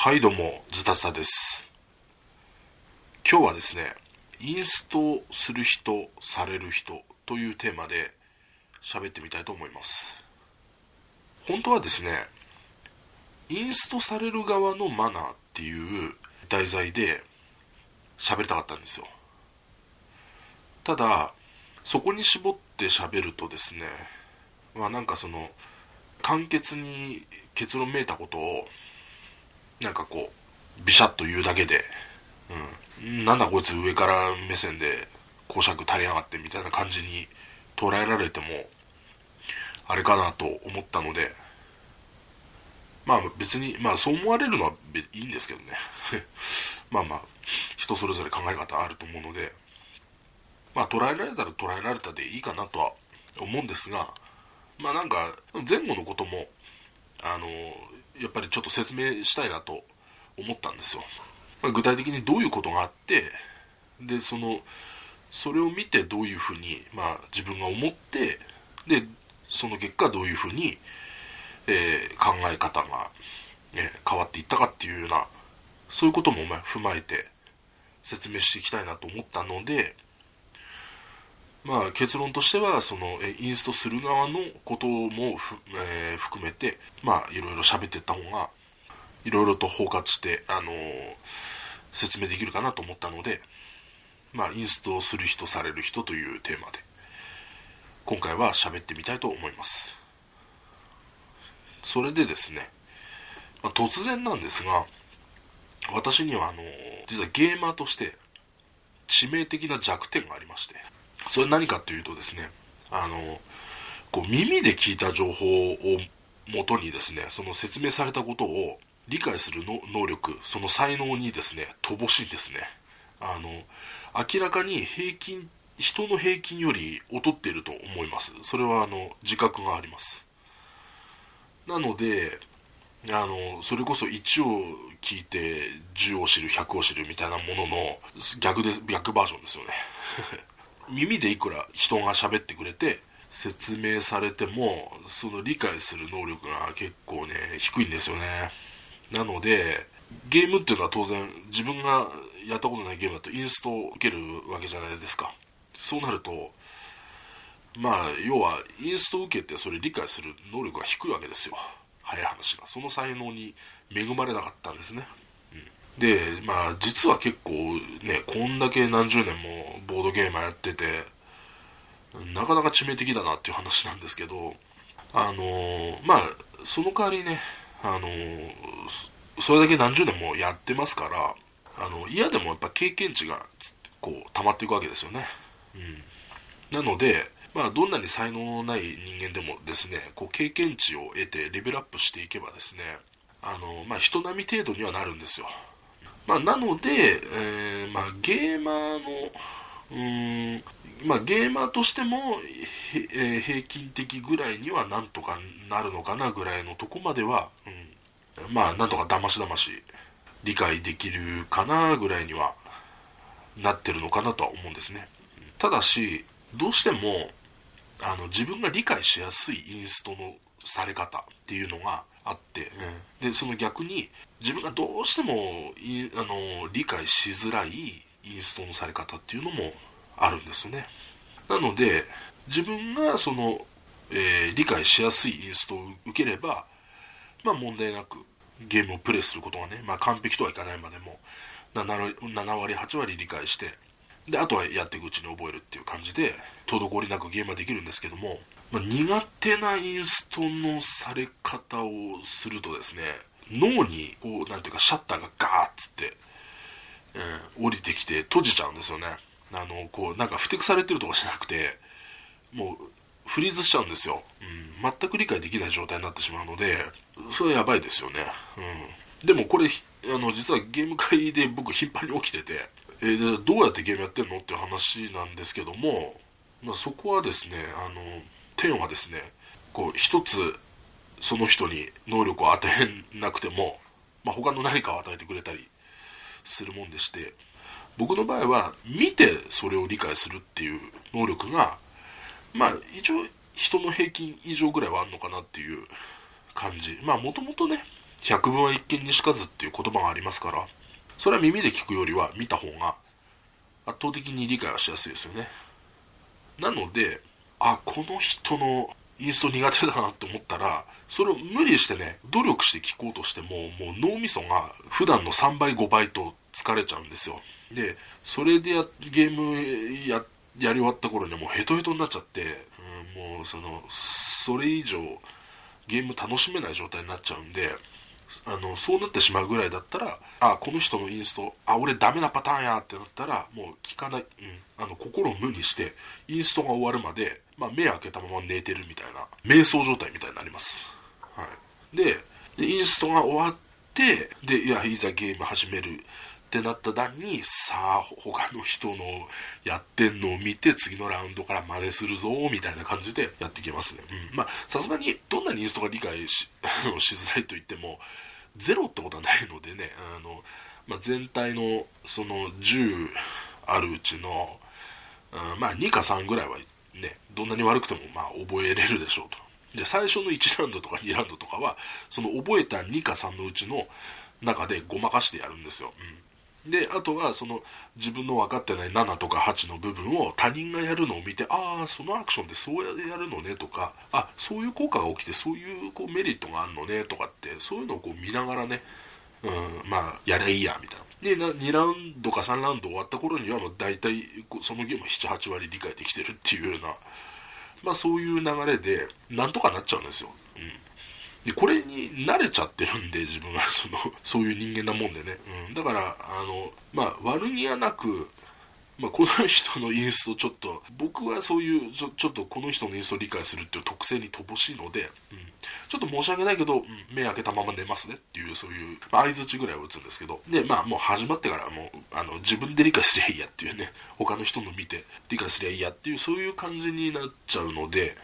はいどうも、ズタズタです。今日はですね、インストする人、される人というテーマで喋ってみたいと思います。本当はですね、インストされる側のマナーっていう題材で喋りたかったんですよ。ただ、そこに絞って喋るとですね、簡潔に結論めいたことをビシャッと言うだけで、なんだこいつ上から目線で講釈垂れやがってみたいな感じに捉えられてもあれかなと思ったので、別にそう思われるのはいいんですけどね人それぞれ考え方あると思うので、捉えられたら捉えられたでいいかなとは思うんですが、前後のこともやっぱりちょっと説明したいなと思ったんですよ。具体的にどういうことがあって、でそれを見てどういうふうに、自分が思って、でその結果どういうふうに、考え方が、変わっていったかっていうような、そういうことも、踏まえて説明していきたいなと思ったので、結論としてはインストする側のことも含めていろいろ喋っていった方がいろいろと包括して、説明できるかなと思ったので、インストする人される人というテーマで今回は喋ってみたいと思います。それでですね、突然なんですが、私には実はゲーマーとして致命的な弱点がありまして、それ何かというとですね、耳で聞いた情報をもとにですね、その説明されたことを理解するの能力、その才能にですね、乏しいんですね。明らかに人の平均より劣っていると思います。それは自覚があります。なので、それこそ1を聞いて10を知る、100を知るみたいなものの逆バージョンですよね。耳でいくら人が喋ってくれて説明されても、その理解する能力が結構ね、低いんですよね。なので、ゲームっていうのは当然自分がやったことないゲームだとインストを受けるわけじゃないですか。そうなると、要はインストを受けてそれ理解する能力が低いわけですよ。早い話が。その才能に恵まれなかったんですね。で、実は結構ね、こんだけ何十年もボードゲーマーやってて、なかなか致命的だなっていう話なんですけど、その代わりね、それだけ何十年もやってますから、嫌でもやっぱ経験値が溜まっていくわけですよね。なので、どんなに才能のない人間でもですね、経験値を得てレベルアップしていけばですね、人並み程度にはなるんですよ。なので、ゲーマーのゲーマーとしても、平均的ぐらいにはなんとかなるのかなぐらいのとこまでは、なんとかだまし理解できるかなぐらいにはなってるのかなとは思うんですね。ただし、どうしても自分が理解しやすいインストのされ方っていうのがあって、でその逆に自分がどうしても理解しづらいインストのされ方っていうのもあるんですよね。なので自分が理解しやすいインストを受ければ、問題なくゲームをプレイすることがね、完璧とはいかないまでも7割8割理解して、であとはやっていくうちに覚えるっていう感じで滞りなくゲームはできるんですけども、苦手なインストのされ方をするとですね、脳になんていうかシャッターがガーッつって、降りてきて閉じちゃうんですよね。ふてくされてるとかじゃなくて、もうフリーズしちゃうんですよ。全く理解できない状態になってしまうので、それはやばいですよね。でもこれ実はゲーム界で僕頻繁に起きてて、どうやってゲームやってんのっていう話なんですけども、そこはですね、点はですね、一つその人に能力を与えなくても、他の何かを与えてくれたりするもんでして、僕の場合は見てそれを理解するっていう能力が一応人の平均以上ぐらいはあるのかなっていう感じ。もともとね、 百聞は一見にしかずっていう言葉がありますから、それは耳で聞くよりは見た方が圧倒的に理解はしやすいですよね。なので、この人のインスト苦手だなって思ったら、それを無理してね、努力して聞こうとしても、もう脳みそが普段の3倍5倍と疲れちゃうんですよ。で、それでゲームやり終わった頃にはもうヘトヘトになっちゃって、もうそれ以上ゲーム楽しめない状態になっちゃうんで、そうなってしまうぐらいだったら、この人のインスト、俺ダメなパターンやってなったら、もう聞かない、心を無にして、インストが終わるまで、目開けたまま寝てるみたいな、瞑想状態みたいになります。はい。で、インストが終わって、で、いざゲーム始めるってなった段に、さあ、他の人のやってんのを見て、次のラウンドから真似するぞ、みたいな感じでやってきますね。さすがに、どんなにインストが理解しづらいと言っても、ゼロってことはないのでね、全体のその10あるうちの、2か3ぐらいはね、どんなに悪くても覚えれるでしょうと。で、最初の1ラウンドとか2ラウンドとかは、その覚えた2か3のうちの中でごまかしてやるんですよ。で、あとはその自分の分かってない7とか8の部分を他人がやるのを見て、そのアクションでそうやるのねとか、そういう効果が起きてそういうメリットがあるのねとかって、そういうのを見ながらね、やりゃいいやみたいな。で、2ラウンドか3ラウンド終わった頃にはもう大体そのゲーム7、8割理解できてるっていうような、そういう流れでなんとかなっちゃうんですよ。で、これに慣れちゃってるんで、自分はそういう人間なもんでね。だから、悪気はなく、この人のインストちょっと、僕はそういう、ちょっとこの人のインストを理解するっていう特性に乏しいので、ちょっと申し訳ないけど、目開けたまま寝ますねっていう、そういう、相槌ぐらいを打つんですけど、で、もう始まってからもう、自分で理解すりゃいいやっていうね、他の人の見て理解すりゃいいやっていう、そういう感じになっちゃうので、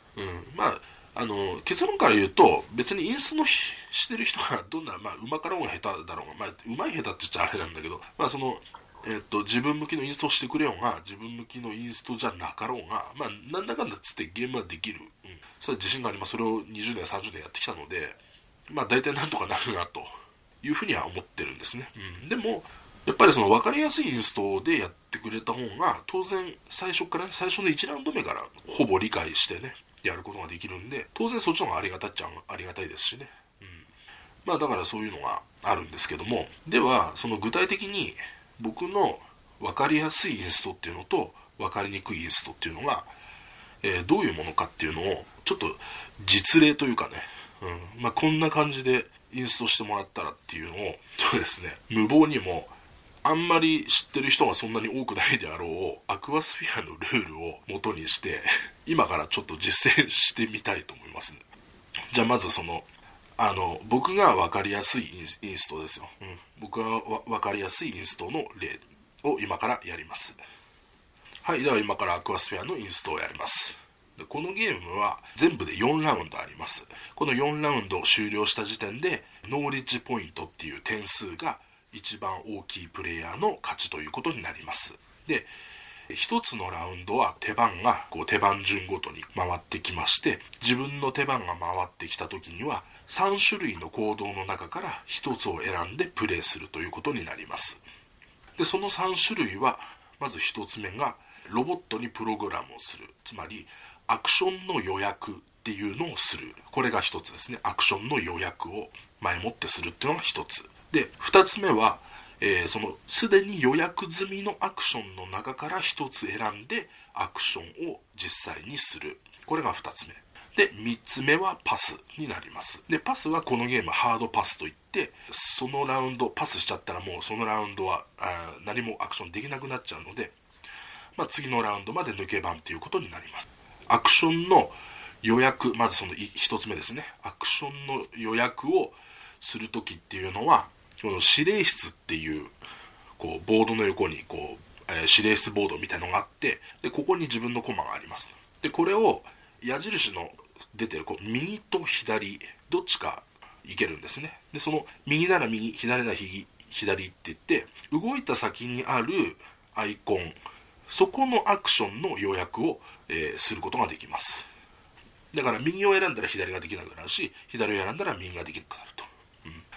結論から言うと、別にインストのしてる人がどんな、うまかろうが下手だろうが、うまい下手って言っちゃあれなんだけど、自分向きのインストをしてくれようが、自分向きのインストじゃなかろうが、なんだかんだっつってゲームはできる。それは自信があります。それを20年、30年やってきたので、大体なんとかなるな、というふうには思ってるんですね。でも、やっぱりその分かりやすいインストでやってくれた方が、当然最初から、最初の1ラウンド目からほぼ理解してね、やることができるんで、当然そっちの方がありがたっちゃありがたいですしね。だからそういうのがあるんですけども、では、その具体的に僕の分かりやすいインストっていうのと分かりにくいインストっていうのが、どういうものかっていうのをちょっと実例というかね、こんな感じでインストしてもらったらっていうのをそうですね、無謀にもあんまり知ってる人がそんなに多くないであろうアクアスフィアのルールを元にして今からちょっと実践してみたいと思いますね。じゃあまず僕が分かりやすいインストですよ。僕が分かりやすいインストの例を今からやります。はい、では今からアクアスフェアのインストをやります。でこのゲームは全部で4ラウンドあります。この4ラウンド終了した時点でノーリッジポイントっていう点数が一番大きいプレイヤーの勝ちということになります。で、一つのラウンドは手番が手番順ごとに回ってきまして、自分の手番が回ってきた時には3種類の行動の中から1つを選んでプレイするということになります。で、その3種類は、まず1つ目がロボットにプログラムをする、つまりアクションの予約っていうのをする、これが1つですね。アクションの予約を前もってするっていうのが1つで、2つ目はそのすでに予約済みのアクションの中から1つ選んでアクションを実際にする、これが2つ目で、3つ目はパスになります。で、パスはこのゲームハードパスといって、そのラウンドパスしちゃったらもうそのラウンドは何もアクションできなくなっちゃうので、次のラウンドまで抜け番ということになります。アクションの予約、まずその1つ目ですね。アクションの予約をするときっていうのは、この指令室っていうボードの横に指令室ボードみたいなのがあって、でここに自分のコマがあります。でこれを矢印の出てる右と左どっちかいけるんですね。でその右なら右、左なら左って言って、動いた先にあるアイコン、そこのアクションの予約を、することができます。だから右を選んだら左ができなくなるし、左を選んだら右ができなくなると。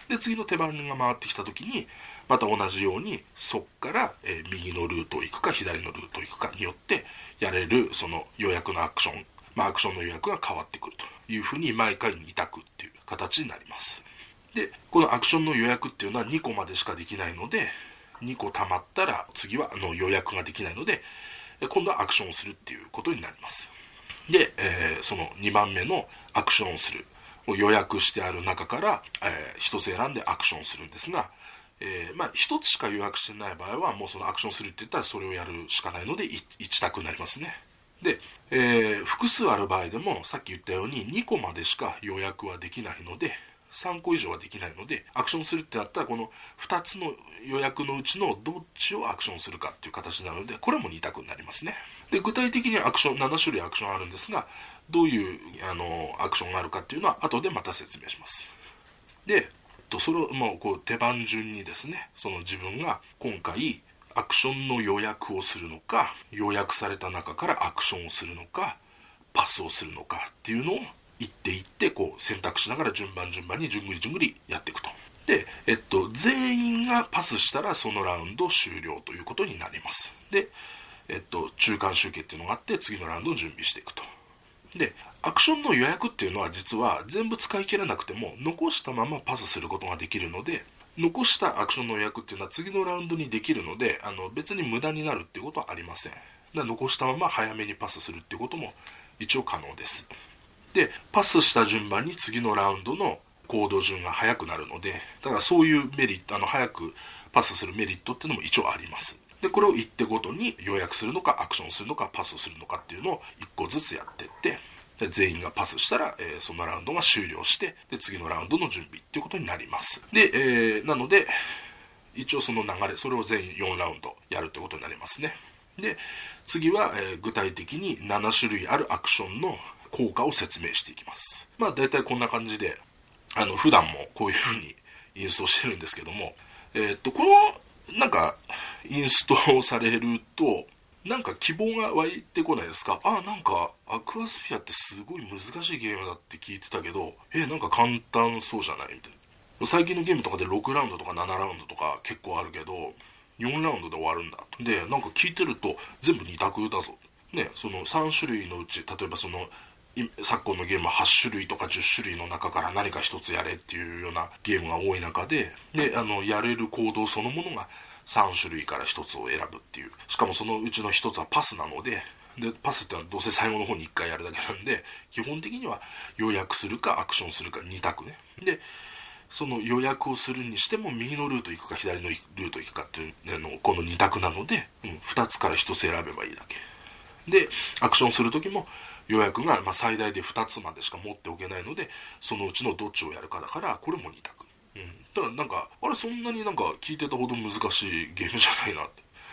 で次の手番が回ってきた時にまた同じようにそこから、右のルートを行くか左のルートを行くかによってやれるその予約のアクション、アクションの予約が変わってくるというふうに毎回2択っていう形になります。でこのアクションの予約っていうのは2個までしかできないので、2個溜まったら次は予約ができないので今度はアクションをするっていうことになります。で、その2番目のアクションをするを予約してある中から、1つ選んでアクションするんですが、1つしか予約してない場合はもうそのアクションするって言ったらそれをやるしかないので 1択になりますね。で、複数ある場合でもさっき言ったように2個までしか予約はできないので3個以上はできないので、アクションするってなったらこの2つの予約のうちのどっちをアクションするかっていう形なので、これも2択になりますね。で具体的にはアクション7種類アクションあるんですが、どういうアクションがあるかっていうのは後でまた説明します。でそれをもうこう手番順にですね、その自分が今回アクションの予約をするのか、予約された中からアクションをするのか、パスをするのかっていうのを一手一手こう選択しながら順番にじゅんぐりやっていくと。で、全員がパスしたらそのラウンド終了ということになります。で、中間集計っていうのがあって次のラウンドを準備していくと。でアクションの予約っていうのは実は全部使い切らなくても残したままパスすることができるので、残したアクションの予約っていうのは次のラウンドにできるので、別に無駄になるっていうことはありません。だから残したまま早めにパスするっていうことも一応可能です。でパスした順番に次のラウンドの行動順が早くなるので、だからそういうメリット、早くパスするメリットっていうのも一応あります。でこれを一手ごとに予約するのかアクションするのかパスをするのかっていうのを1個ずつやっていって、で全員がパスしたら、そのラウンドが終了して、で次のラウンドの準備っていうことになります。で、なので一応その流れ、それを全員4ラウンドやるってことになりますね。で次は、具体的に7種類あるアクションの効果を説明していきます。大体こんな感じで普段もこういう風にインストしてるんですけども、このなんかインストされるとなんか希望が湧いてこないですか？なんかアクアスフィアってすごい難しいゲームだって聞いてたけど、なんか簡単そうじゃないみたいな。最近のゲームとかで6ラウンドとか7ラウンドとか結構あるけど4ラウンドで終わるんだと。でなんか聞いてると全部2択だぞね。その3種類のうち、例えばその昨今のゲームは8種類とか10種類の中から何か一つやれっていうようなゲームが多い中で、やれる行動そのものが3種類から1つを選ぶっていう、しかもそのうちの1つはパスなので、パスってのはどうせ最後の方に1回やるだけなんで、基本的には予約するかアクションするか2択ね。でその予約をするにしても右のルート行くか左のルート行くかっていうのこの2択なので、2つから1つ選べばいいだけで、アクションする時も予約が最大で2つまでしか持っておけないので、そのうちのどっちをやるかだから、これも2択。だからなんかそんなになんか聞いてたほど難しいゲームじゃないなって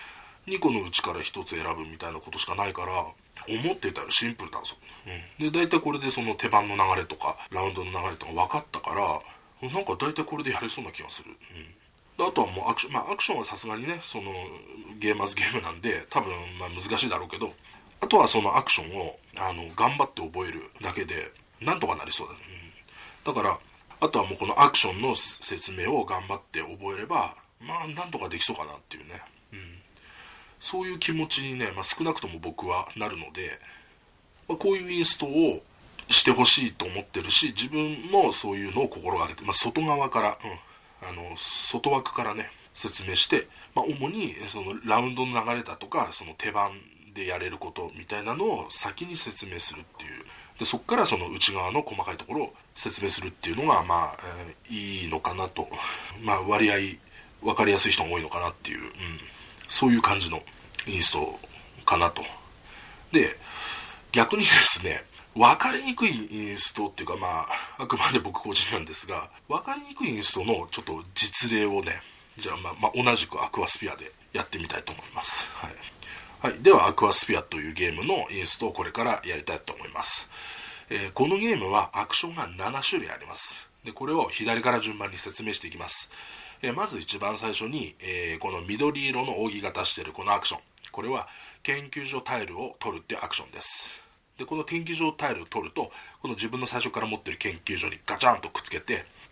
、2個のうちから1つ選ぶみたいなことしかないから、思ってたよりシンプルだぞ。で大体これでその手番の流れとかラウンドの流れとか分かったから、なんか大体これでやれそうな気がする。あとはもうアクションはさすがにね、そのゲーマーズゲームなんで多分難しいだろうけど、あとはそのアクションを頑張って覚えるだけでなんとかなりそうだね。だからあとはもうこのアクションの説明を頑張って覚えればなんとかできそうかなっていうね、そういう気持ちにね、少なくとも僕はなるので、こういうインストをしてほしいと思ってるし、自分もそういうのを心がけて、外側から、外枠からね説明して、主にそのラウンドの流れだとかその手番でやれることみたいなのを先に説明するっていう、でそこからその内側の細かいところを説明するっていうのがいいのかなと、割合分かりやすい人が多いのかなっていう、そういう感じのインストかなと。で逆にですね、分かりにくいインストっていうか、あくまで僕個人なんですが、分かりにくいインストのちょっと実例をね、じゃあ同じくアクアスピアでやってみたいと思います。はい、ではアクアスピアというゲームのインストをこれからやりたいと思います。このゲームはアクションが7種類あります。でこれを左から順番に説明していきます。まず一番最初に、この緑色の扇が出しているこのアクション、これは研究所タイルを取るっていうアクションです。でこの研究所タイルを取ると、この自分の最初から持っている研究所にガチャンとくっつけて、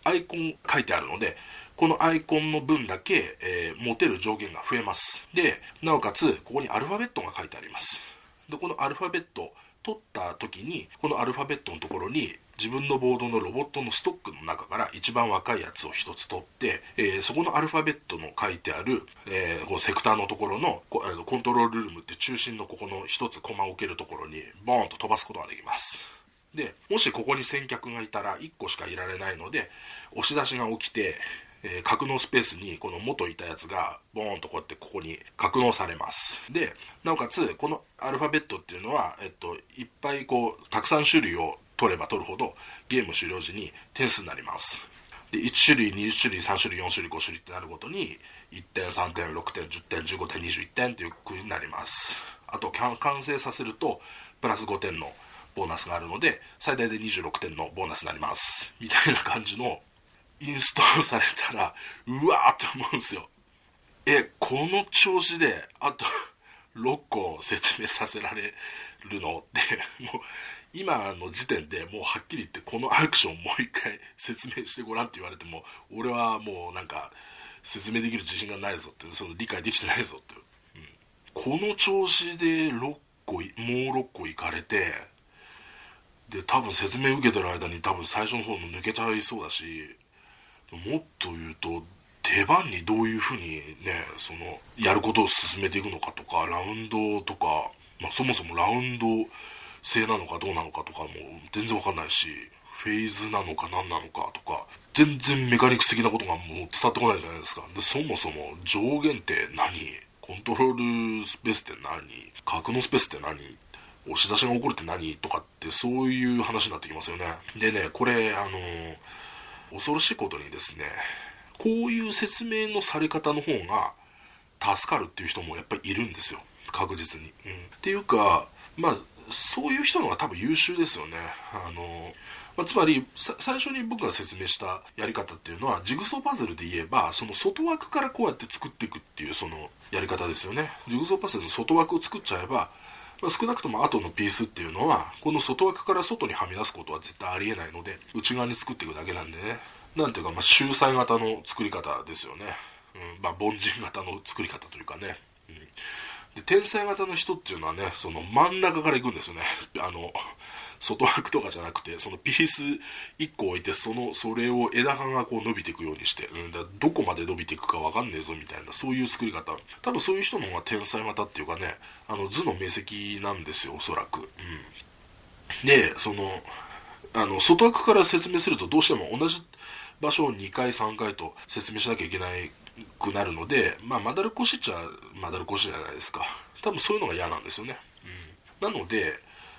アイコン書いてあるので、このアイコンの分だけ、持てる上限が増えます。で、なおかつここにアルファベットが書いてあります。で、このアルファベット取った時に、このアルファベットのところに自分のボードのロボットのストックの中から一番若いやつを一つ取って、そこのアルファベットの書いてある、このセクターのところのコントロールルームって中心のここの一つコマを置けるところにボーンと飛ばすことができます。で、もしここに先客がいたら1個しかいられないので、押し出しが起きて、格納スペースにこの元いたやつがボーンとこうやってここに格納されます。で、なおかつこのアルファベットっていうのは、いっぱいこうたくさん種類を取れば取るほどゲーム終了時に点数になります。で、1種類、2種類、3種類、4種類、5種類ってなるごとに1点、3点、6点、10点、15点、21点っていう風になります。あと完成させるとプラス5点のボーナスがあるので最大で26点のボーナスになりますみたいな感じのインストールされたらうわーって思うんですよ。この調子であと6個説明させられるのってもう今の時点でもうはっきり言ってこのアクションもう一回説明してごらんって言われても俺はもうなんか説明できる自信がないぞって、その理解できてないぞって、この調子で6個もう6個いかれて、で多分説明受けてる間に多分最初の方の抜けちゃいそうだし、もっと言うと手番にどういうふうにねそのやることを進めていくのかとか、ラウンドとか、そもそもラウンド制なのかどうなのかとかも全然わかんないし、フェーズなのか何なのかとか全然メカニクス的なことがもう伝わってこないじゃないですか。でそもそも上限って何、コントロールスペースって何、格納スペースって何、押し出しが起こるって何とかって、そういう話になってきますよね。でね、これ恐ろしいことにですね、こういう説明のされ方の方が助かるっていう人もやっぱりいるんですよ、確実に。っていうかそういう人の方が多分優秀ですよね。つまり最初に僕が説明したやり方っていうのはジグソーパズルで言えばその外枠からこうやって作っていくっていうそのやり方ですよね。ジグソーパズルの外枠を作っちゃえば、少なくとも後のピースっていうのはこの外枠から外にはみ出すことは絶対ありえないので、内側に作っていくだけなんでね、なんていうか秀才型の作り方ですよね。凡人型の作り方というかね。で天才型の人っていうのはね、その真ん中から行くんですよね。外枠とかじゃなくて、そのピース1個置いてそれを枝葉がこう伸びていくようにして、どこまで伸びていくか分かんねえぞみたいな、そういう作り方。多分そういう人の方が天才型っていうかね、頭脳明晰なんですよ、おそらく。で外枠から説明するとどうしても同じ場所を2回3回と説明しなきゃいけないくなるので、まだるこしっちゃまだるこしじゃないですか。多分そういうのが嫌なんですよね。なので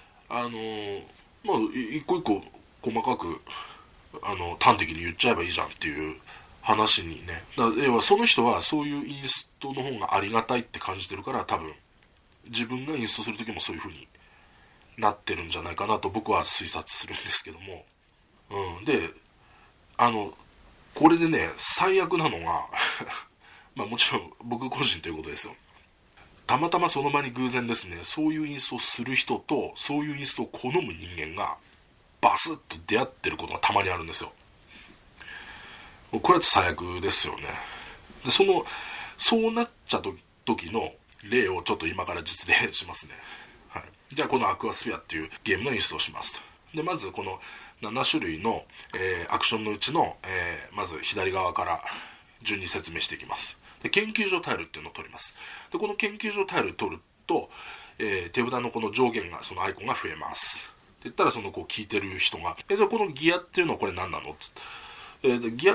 一個一個細かく端的に言っちゃえばいいじゃんっていう話にね。要はその人はそういうインストの方がありがたいって感じてるから、多分自分がインストする時もそういう風になってるんじゃないかなと僕は推察するんですけども、でこれでね最悪なのがもちろん僕個人ということですよ。たまたまその場に偶然ですね、そういうインストをする人とそういうインストを好む人間がバスッと出会ってることがたまにあるんですよ。これだと最悪ですよね。でそうなっちゃった時の例をちょっと今から実例しますね。じゃあこのアクアスフィアっていうゲームのインストをしますと。でまずこの7種類の、アクションのうちの、まず左側から順に説明していきます。で研究所タイルっていうのを取ります。でこの研究所タイルを取ると、手札のこの上限がそのアイコンが増えます。って言ったらこう聞いてる人がじゃあこのギアっていうのはこれ何なのって、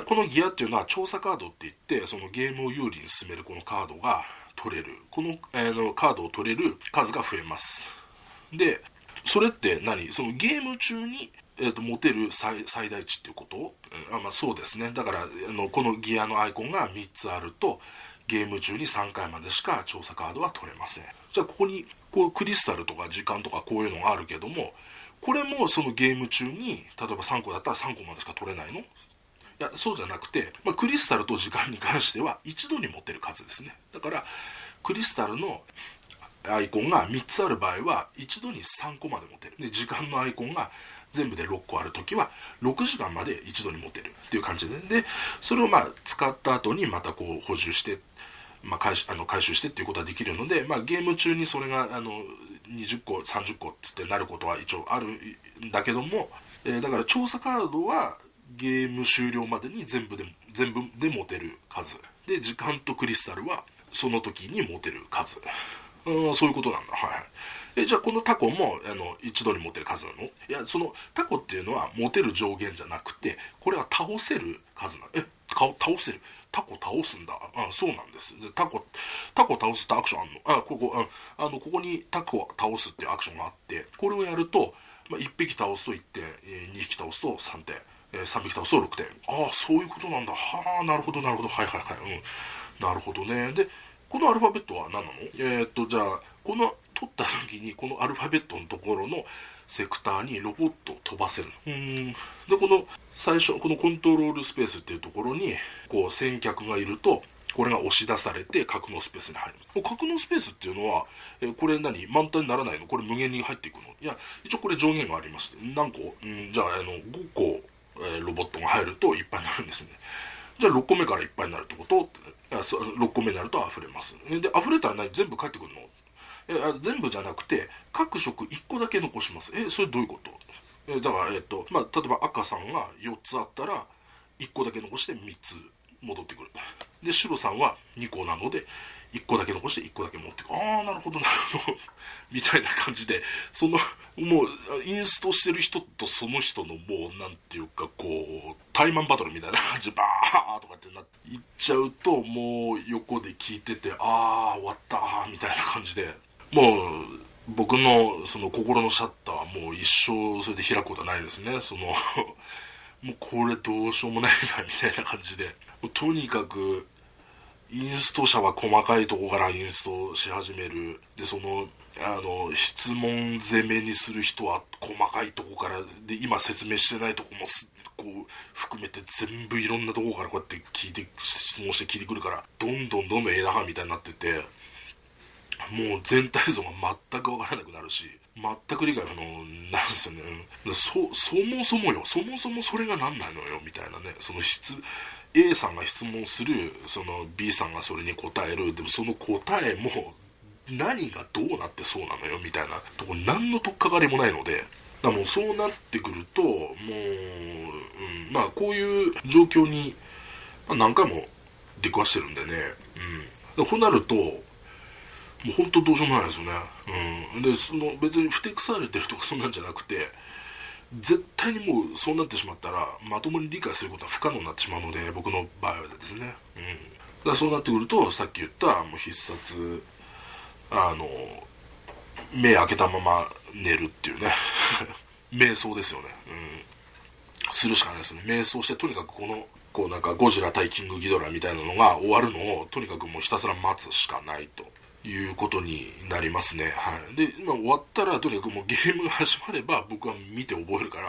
このギアっていうのは調査カードって言って、そのゲームを有利に進めるこのカードが取れる、この、カードを取れる数が増えます。でそれってそのゲーム中に、持てる最大値っていうこと、そうですね。だからこのギアのアイコンが3つあるとゲーム中に3回までしか調査カードは取れません。じゃあここにクリスタルとか時間とかこういうのがあるけども、これもそのゲーム中に例えば3個だったら3個までしか取れないの？いやそうじゃなくて、クリスタルと時間に関しては一度に持てる数ですね。だからクリスタルのアイコンが3つある場合は一度に3個まで持てる。で時間のアイコンが全部で6個あるときは6時間まで一度に持てるっていう感じで、それを使った後にまたこう補充して、回収してっていうことはできるので、ゲーム中にそれが20個30個っつってなることは一応あるんだけども、だから調査カードはゲーム終了までに全部で持てる数で、時間とクリスタルはその時に持てる数、そういうことなんだ。はいはい。じゃあこのタコも一度に持てる数なの？いや、そのタコっていうのは持てる上限じゃなくて、これは倒せる数なの。倒せる、タコ倒すんだ。そうなんです。でタコ倒すってアクションあんの？ここにタコを倒すっていうアクションがあって、これをやると、1匹倒すと1点、2匹倒すと3点、3匹倒すと6点。そういうことなんだ。はあ、なるほどなるほど。はいはいはい。なるほどね。でこのアルファベットは何なの？じゃあこの取った時にこのアルファベットのところのセクターにロボットを飛ばせる。でこの最初このコントロールスペースっていうところにこう先客がいると、これが押し出されて格納スペースに入る。格納スペースっていうのはこれ満タンにならないの？これ無限に入っていくの？いや、一応これ上限がありまして、何個？じゃあ5個、ロボットが入るといっぱいになるんですね。じゃあ6個目からいっぱいになるってこと？6個目になると溢れます。で溢れたら全部返ってくるの？全部じゃなくて各色1個だけ残します。それどういうこと？だから例えば赤さんが4つあったら1個だけ残して3つ戻ってくる。で白さんは2個なので1個だけ残して1個だけ持ってくる。なるほどなるほどみたいな感じで、もうインストしてる人とその人のもうなんていうかこうタイマンバトルみたいな感じでバーとかっていっちゃうと、もう横で聞いてて終わったみたいな感じで、もう僕のその心のシャッターはもう一生それで開くことはないですね。もうこれどうしようもないなみたいな感じで、とにかくインスト者は細かいとこからインストし始める。で質問攻めにする人は細かいとこからで、今説明してないとこもこう含めて全部いろんなとこからこうやって質問して聞いてくるから、どんどん枝葉みたいになってて、もう全体像が全く分からなくなるし、全く理解なんですよね。そもそもそれが何なのよみたいなね。A さんが質問する、B さんがそれに答える。でもその答えも何がどうなってそうなのよみたいなところ何の取っかかりもないので、だもうそうなってくるともう、こういう状況に何回も出くわしてるんでね。こうなるともう本当どうしようもないですよね。で別にふてくされてるとかそんなんじゃなくて、絶対にもうそうなってしまったらまともに理解することは不可能になってしまうので、僕の場合はですね。だからそうなってくると、さっき言ったもう必殺目開けたまま寝るっていうね瞑想ですよね。するしかないですね。瞑想して、とにかくこうなんかゴジラ対キングギドラみたいなのが終わるのをとにかくもうひたすら待つしかないということになりますね。はい。で終わったらとにかくもうゲームが始まれば僕は見て覚えるから、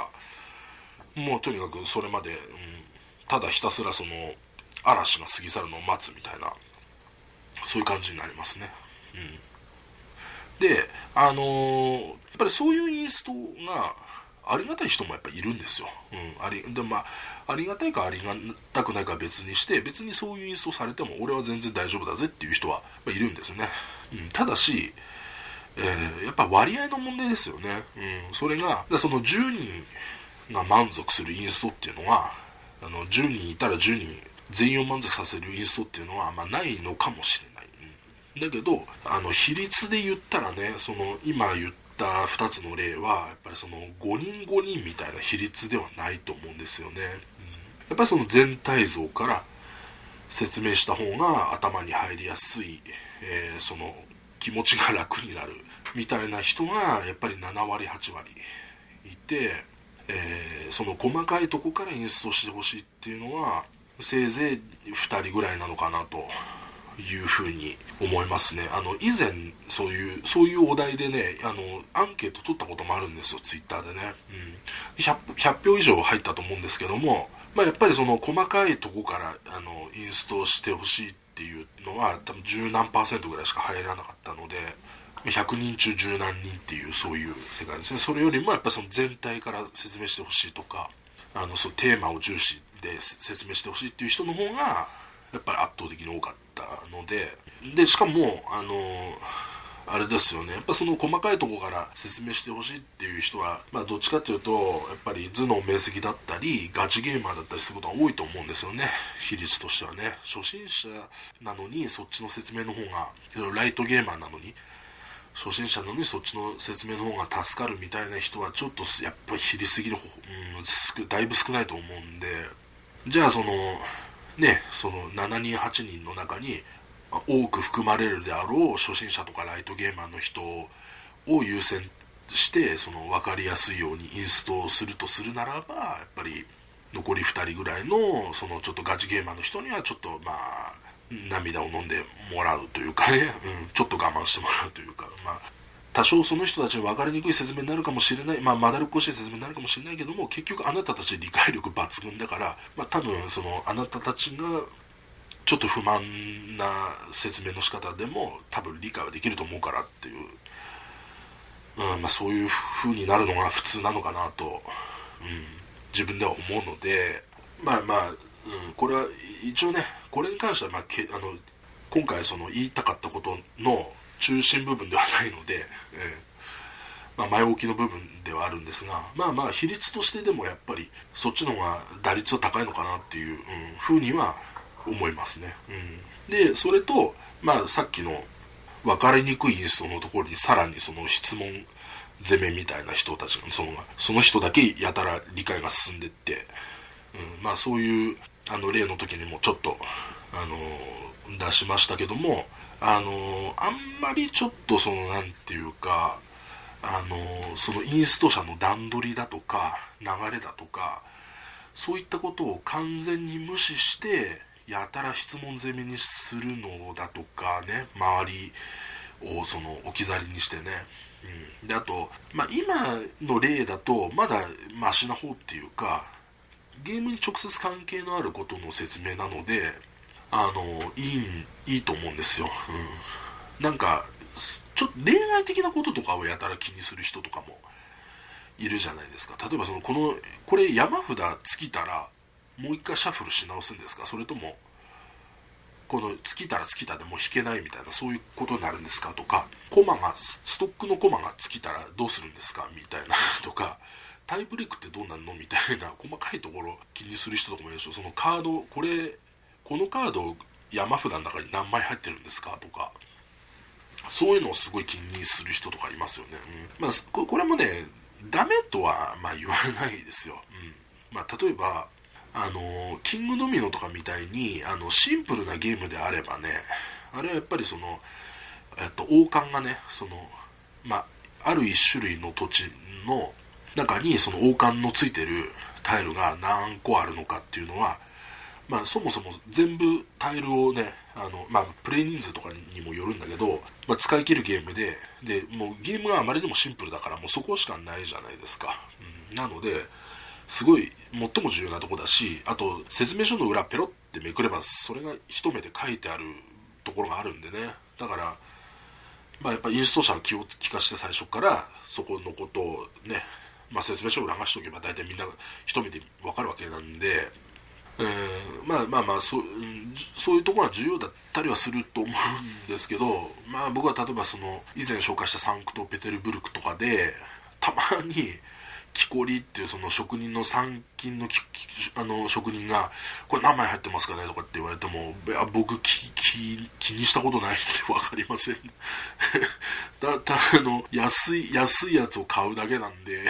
もうとにかくそれまで、ただひたすら嵐が過ぎ去るのを待つみたいな、そういう感じになりますね。でやっぱりそういうインストがありがたい人もやっぱりいるんですよ。ありがたいかありがたくないかは別にして、別にそういうインストされても俺は全然大丈夫だぜっていう人はいるんですね。ただし、やっぱ割合の問題ですよね。それがその10人が満足するインストっていうのは、10人いたら10人全員を満足させるインストっていうのはないのかもしれない。だけど比率で言ったらね、今言った2つの例はやっぱり5人5人みたいな比率ではないと思うんですよね。やっぱり全体像から説明した方が頭に入りやすい、気持ちが楽になるみたいな人がやっぱり7割8割いて、その細かいとこからインストしてほしいっていうのはせいぜい2人ぐらいなのかなというふうに思いますね。以前そういうお題でね、アンケート取ったこともあるんですよ、ツイッターでね。100票以上入ったと思うんですけども、やっぱり細かいとこからインストしてほしいっていうのは多分10何%ぐらいしか入らなかったので、 100人中10何人っていうそういう世界ですね。それよりもやっぱその全体から説明してほしいとか、そうテーマを重視で説明してほしいっていう人の方がやっぱり圧倒的に多かったので、しかもあれですよね、やっぱその細かいところから説明してほしいっていう人は、どっちかというとやっぱり頭脳明晰だったりガチゲーマーだったりすることが多いと思うんですよね、比率としてはね。初心者なのにそっちの説明の方が、ライトゲーマーなのに初心者なのにそっちの説明の方が助かるみたいな人はちょっとやっぱり比率すぎるだいぶ少ないと思うんで、じゃあその7人8人の中に多く含まれるであろう初心者とかライトゲーマーの人を優先してその分かりやすいようにインストするとするならば、やっぱり残り2人ぐらいのそのちょっとガチゲーマーの人にはちょっと涙を飲んでもらうというかね、ちょっと我慢してもらうというか、多少その人たちに分かりにくい説明になるかもしれない、まだるっこしい説明になるかもしれないけども、結局あなたたち理解力抜群だから、多分そのあなたたちがちょっと不満な説明の仕方でも多分理解はできると思うからっていう、そういう風になるのが普通なのかなと、自分では思うので、これは一応ね、これに関しては今回その言いたかったことの中心部分ではないので、前置きの部分ではあるんですが、比率としてでもやっぱりそっちの方が打率は高いのかなっていう風には思いますね。でそれと、さっきの分かりにくいインストのところにさらにその質問攻めみたいな人たちがその人だけやたら理解が進んでって、そういう例の時にもちょっと出しましたけども、あんまりちょっとなんていうか、そのインスト者の段取りだとか流れだとか、そういったことを完全に無視してやたら質問攻めにするのだとかね、周りを置き去りにしてね、であと、今の例だとまだマシな方っていうか、ゲームに直接関係のあることの説明なのでいいと思うんですよ。なんかちょっと恋愛的なこととかをやたら気にする人とかもいるじゃないですか。例えばこれ山札尽きたらもう一回シャッフルし直すんですか、それともこの尽きたら尽きたでもう引けないみたいな、そういうことになるんですかとか、ストックのコマが尽きたらどうするんですかみたいなとか、タイブレイクってどうなるのみたいな細かいところ気にする人とかもいるでしょ。そのカードこのカード山札の中に何枚入ってるんですかとか、そういうのをすごい気にする人とかいますよね。これもねダメとは言わないですよ。例えばキングドミノとかみたいにシンプルなゲームであればね、あれはやっぱり王冠がねある一種類の土地の中にその王冠のついてるタイルが何個あるのかっていうのは、そもそも全部タイルをねプレイ人数とかにもよるんだけど、使い切るゲームでもうゲームがあまりにもシンプルだからもうそこしかないじゃないですか。なのですごい最も重要なとこだし、あと説明書の裏ペロってめくればそれが一目で書いてあるところがあるんでね、だからやっぱインスト者は気を利かして最初からそこのことをね、説明書を裏返しておけば大体みんな一目で分かるわけなんで、そういうところは重要だったりはすると思うんですけど、僕は例えば以前紹介したサンクトペテルブルクとかでたまに木こりっていうその職人の参勤の職人がこれ何枚入ってますかねとかって言われても、僕気にしたことないんで分かりません安いやつを買うだけなんで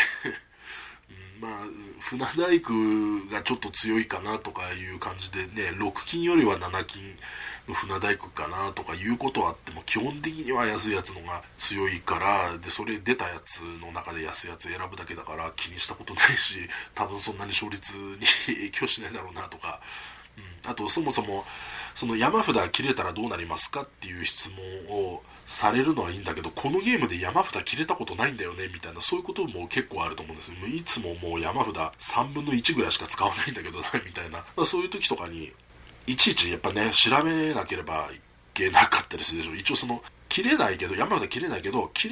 船大工がちょっと強いかなとかいう感じでね、6金よりは7金の船大工かなとかいうことはあっても、基本的には安いやつのが強いから、でそれ出たやつの中で安いやつ選ぶだけだから気にしたことないし、多分そんなに勝率に影響しないだろうなとか、あとそもそもその山札切れたらどうなりますかっていう質問をされるのはいいんだけど、このゲームで山札切れたことないんだよねみたいな、そういうことも結構あると思うんですよ。いつももう山札3分の1ぐらいしか使わないんだけどなみたいな、そういう時とかにいちいちやっぱね調べなければいけなかったりするでしょ。一応切れないけど、山形切れないけど、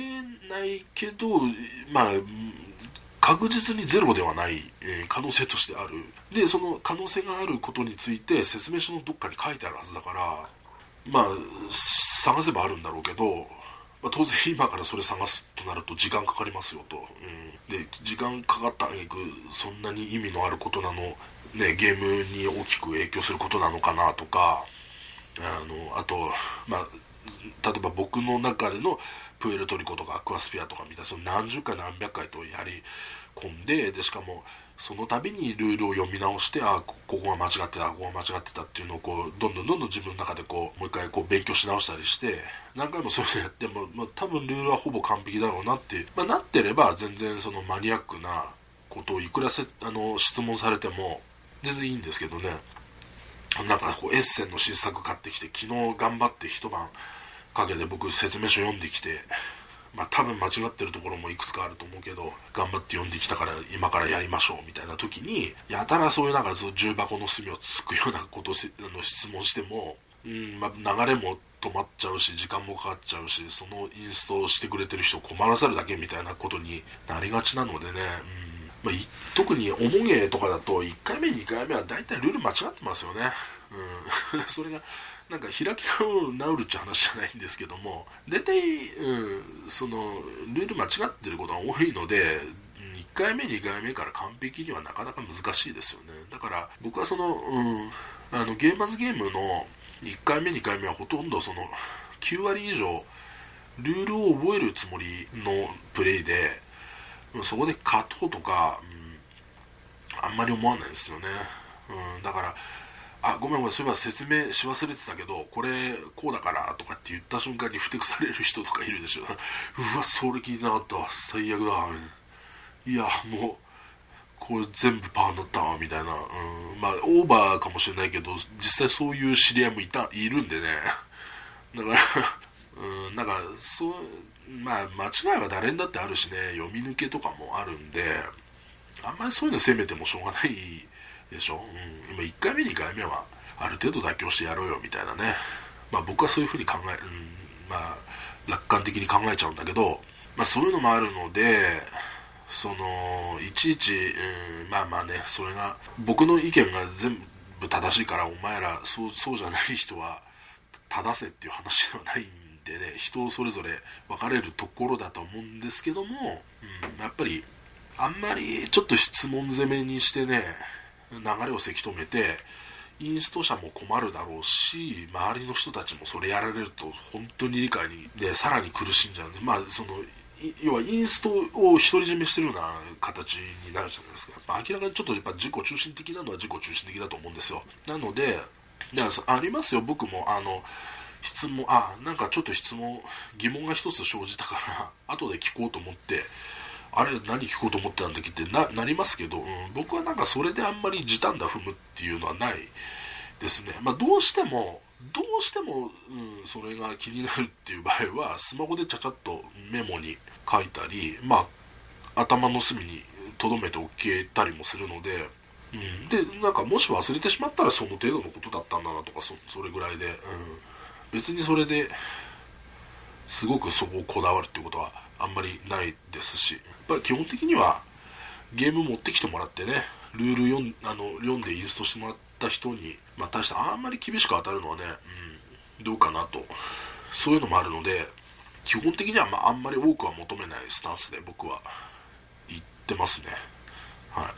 まあ確実にゼロではない、可能性としてある。でその可能性があることについて説明書のどっかに書いてあるはずだから、まあ探せばあるんだろうけど、まあ、当然今からそれ探すとなると時間かかりますよと、で時間かかった挙句そんなに意味のあることなの、ね、ゲームに大きく影響することなのかなとか、あと、まあ、例えば僕の中でのプエルトリコとかアクアスピアとかみたいな、その何十回何百回とやり込んで、しかもその度にルールを読み直して、ここが間違ってた、ここが間違ってたっていうのをこうどんどん自分の中でこうもう一回こう勉強し直したりして、何回もそういうのやっても、多分ルールはほぼ完璧だろうなって、なってれば全然そのマニアックなことをいくら質問されても全然いいんですけどね。なんかこうエッセンの新作買ってきて、昨日頑張って一晩かけて僕説明書読んできて、多分間違ってるところもいくつかあると思うけど頑張って読んできたから今からやりましょうみたいな時に、やたらそういうなんか重箱の隅をつくようなことを質問しても、流れも止まっちゃうし時間もかかっちゃうし、そのインストをしてくれてる人を困らせるだけみたいなことになりがちなのでね、特に重げとかだと1回目2回目は大体ルール間違ってますよね。それがなんか開き直るっちゃ話じゃないんですけども、大体、そのルール間違ってることが多いので、1回目2回目から完璧にはなかなか難しいですよね。だから僕はその、ゲーマーズゲームの1回目2回目はほとんどその9割以上ルールを覚えるつもりのプレイで、そこで勝とうとか、あんまり思わないですよね。だからごめんそういえば説明し忘れてたけどこれこうだからとかって言った瞬間にふてくされる人とかいるでしょ。うわそれ聞いてなかったわ、最悪だ、いやもうこれ全部パーになったわみたいな、オーバーかもしれないけど実際そういう知り合いもいるんでね。だからなんかそう間違いは誰にだってあるしね、読み抜けとかもあるんで、あんまりそういうの責めてもしょうがないでしょ。今1回目2回目はある程度妥協してやろうよみたいなね、僕はそういうふうに楽観的に考えちゃうんだけど、そういうのもあるので、そのいちいち、それが僕の意見が全部正しいからお前らそうじゃない人は正せっていう話ではないんでね、人それぞれ分かれるところだと思うんですけども、やっぱりあんまりちょっと質問攻めにしてね流れをせき止めてインスト者も困るだろうし、周りの人たちもそれやられると本当に理解に、さらに苦しんじゃうんで、要はインストを独り占めしてるような形になるじゃないですか。明らかにちょっとやっぱ自己中心的なのは自己中心的だと思うんですよ。なのでありますよ、僕も質問なんかちょっと疑問が一つ生じたから後で聞こうと思ってあれ何聞こうと思ってたんだっけってなりますけど、僕はなんかそれであんまり時短だ踏むっていうのはないですね。どうしても、それが気になるっていう場合はスマホでちゃちゃっとメモに書いたり、頭の隅に留めておけたりもするので、でなんかもし忘れてしまったらその程度のことだったんだなとか、それぐらいで、別にそれですごくそこをこだわるっていうことはあんまりないですし、やっぱり基本的にはゲーム持ってきてもらってね、ルール読んでインストしてもらった人に、対してあんまり厳しく当たるのはね、どうかなと、そういうのもあるので、基本的にはあんまり多くは求めないスタンスで僕は言ってますね。はい、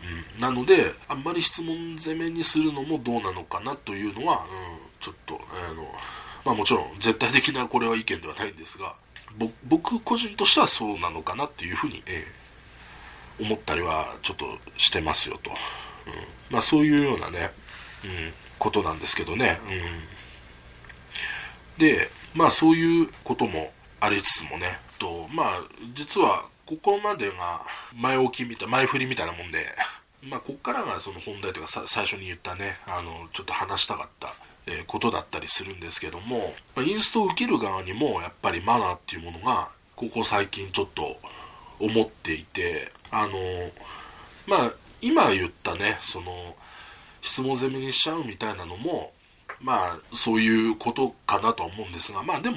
なのであんまり質問攻めにするのもどうなのかなというのは、ちょっともちろん絶対的なこれは意見ではないんですが、僕個人としてはそうなのかなっていうふうに、思ったりはちょっとしてますよと、そういうようなね、ことなんですけどね、でそういうこともありつつもね実はここまでが前振りみたいなもんで、ここからがその本題というか最初に言ったねちょっと話したかったことだったりするんですけども、インストを受ける側にもやっぱりマナーっていうものがここ最近ちょっと思っていて、今言ったねその質問攻めにしちゃうみたいなのもそういうことかなとは思うんですが、でも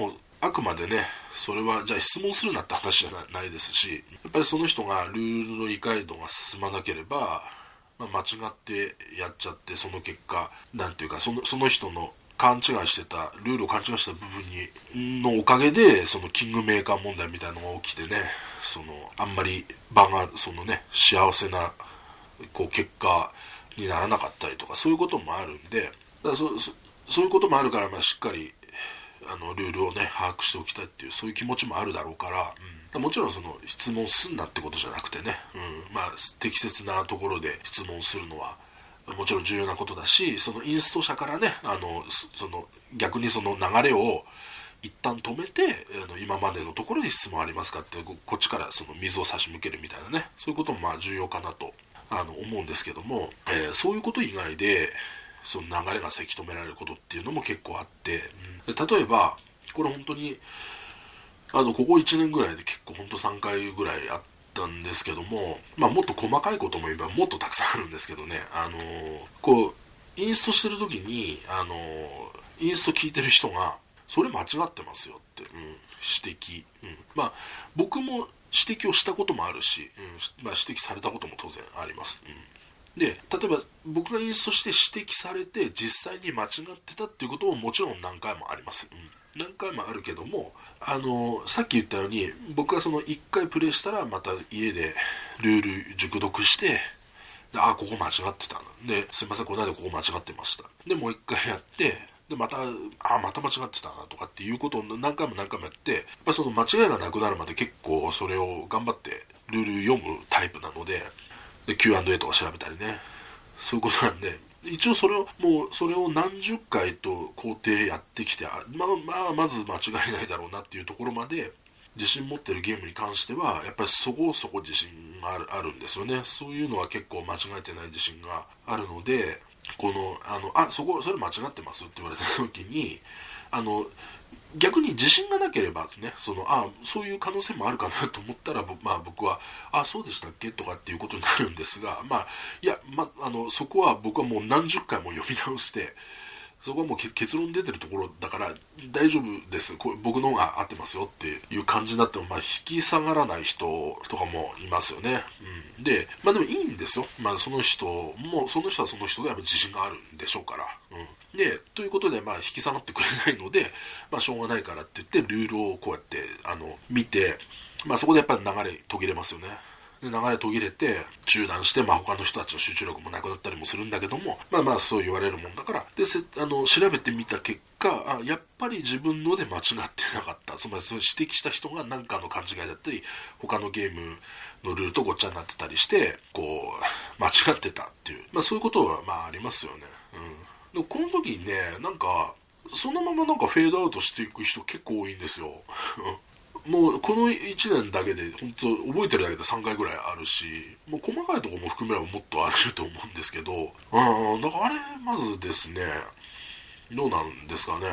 あくまでねそれはじゃあ質問するなって話じゃないですし、やっぱりその人がルールの理解度が進まなければ、間違ってやっちゃって、その結果なんていうかその人の勘違いしてたルールを勘違いした部分のおかげでそのキングメーカー問題みたいなのが起きてね、あんまり場が幸せな結果にならなかったりとか、そういうこともあるんで、だからそういうこともあるから、しっかりルールをね把握しておきたいっていう、そういう気持ちもあるだろうから、もちろん質問すんなってことじゃなくてね、適切なところで質問するのはもちろん重要なことだし、そのインスト者からね逆にその流れを一旦止めて、今までのところに質問ありますかってこっちから水を差し向けるみたいなね、そういうことも重要かなと思うんですけども、そういうこと以外でその流れがせき止められることっていうのも結構あって、例えばこれ本当にここ1年ぐらいで結構本当3回ぐらいあったんですけども、もっと細かいことも言えばもっとたくさんあるんですけどね、インストしてる時にインスト聞いてる人がそれ間違ってますよって、指摘、僕も指摘をしたこともあるし、指摘されたことも当然あります、で、例えば僕がインストして指摘されて実際に間違ってたっていうことももちろん何回もあります、何回もあるけども、さっき言ったように僕は1回プレイしたらまた家でルール熟読して、ここ間違ってたで、すいませんこの間ここ間違ってましたで、もう1回やって、でまた間違ってたなとかっていうことを何回もやって、やっぱり間違いがなくなるまで結構それを頑張ってルール読むタイプなので、Q&A とか調べたりね、そういうことなんで、一応それを何十回と工程やってきて、まず間違いないだろうなっていうところまで自信持ってるゲームに関してはやっぱりそこそこ自信があるんですよね。そういうのは結構間違えてない自信があるので、それ間違ってますって言われた時に逆に自信がなければね、そういう可能性もあるかなと思ったら、僕はそうでしたっけとかっていうことになるんですが、そこは僕はもう何十回も読み直して、そこはもう結論出てるところだから大丈夫です、僕の方が合ってますよっていう感じになっても、引き下がらない人とかもいますよね、でもいいんですよ、その人はその人がやっぱ自信があるんでしょうから、でということで引き下がってくれないので、しょうがないからって言ってルールをこうやって見て、そこでやっぱり流れ途切れますよね。で流れ途切れて中断して、他の人たちの集中力もなくなったりもするんだけども、そう言われるもんだから、で調べてみた結果、やっぱり自分ので間違ってなかった、つまりその指摘した人が何かの勘違いだったり他のゲームのルールとごっちゃになってたりして間違ってたっていう、そういうことはありますよね、でもこの時にね、そのままフェードアウトしていく人結構多いんですよもうこの1年だけで本当覚えてるだけで3回ぐらいあるし、もう細かいところも含めればもっとあると思うんですけど、だからあれまずですね、どうなんですかね、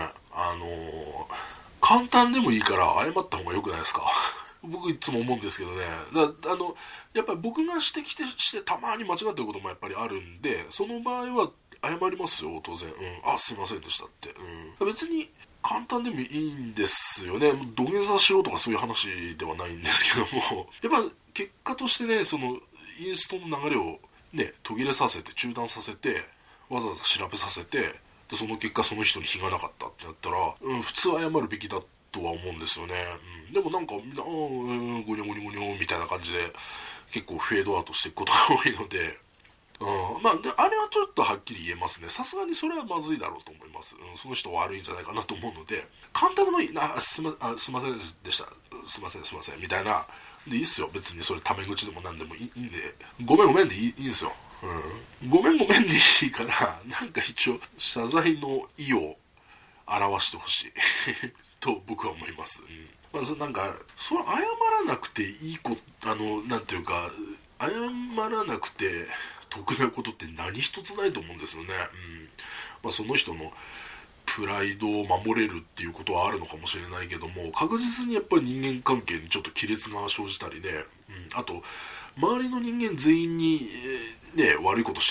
簡単でもいいから謝った方が良くないですか僕いつも思うんですけどね。やっぱり僕が指摘してたまに間違ってることもやっぱりあるんで、その場合は謝りますよ当然、すいませんでしたって、別に簡単でもいいんですよね。土下座しろとかそういう話ではないんですけども、やっぱ結果としてね、そのインストの流れをね途切れさせて中断させてわざわざ調べさせて、でその結果その人に非がなかったってなったら、普通謝るべきだとは思うんですよね、でもみんなゴニョゴニョゴニョみたいな感じで結構フェードアウトしていくことが多いので、であれはちょっとはっきり言えますね。さすがにそれはまずいだろうと思います、その人悪いんじゃないかなと思うので、簡単でもいいすいませんでした、すいませんみたいなでいいっすよ、別にそれタメ口でも何でもいいんで、ごめんでいいんですよ、ごめんでいいから一応謝罪の意を表してほしいと僕は思います、それ謝らなくていいなんていうか、謝らなくて得なことって何一つないと思うんですよね、その人のプライドを守れるっていうことはあるのかもしれないけども、確実にやっぱり人間関係にちょっと亀裂が生じたりね、あと周りの人間全員に、悪いことしちゃっ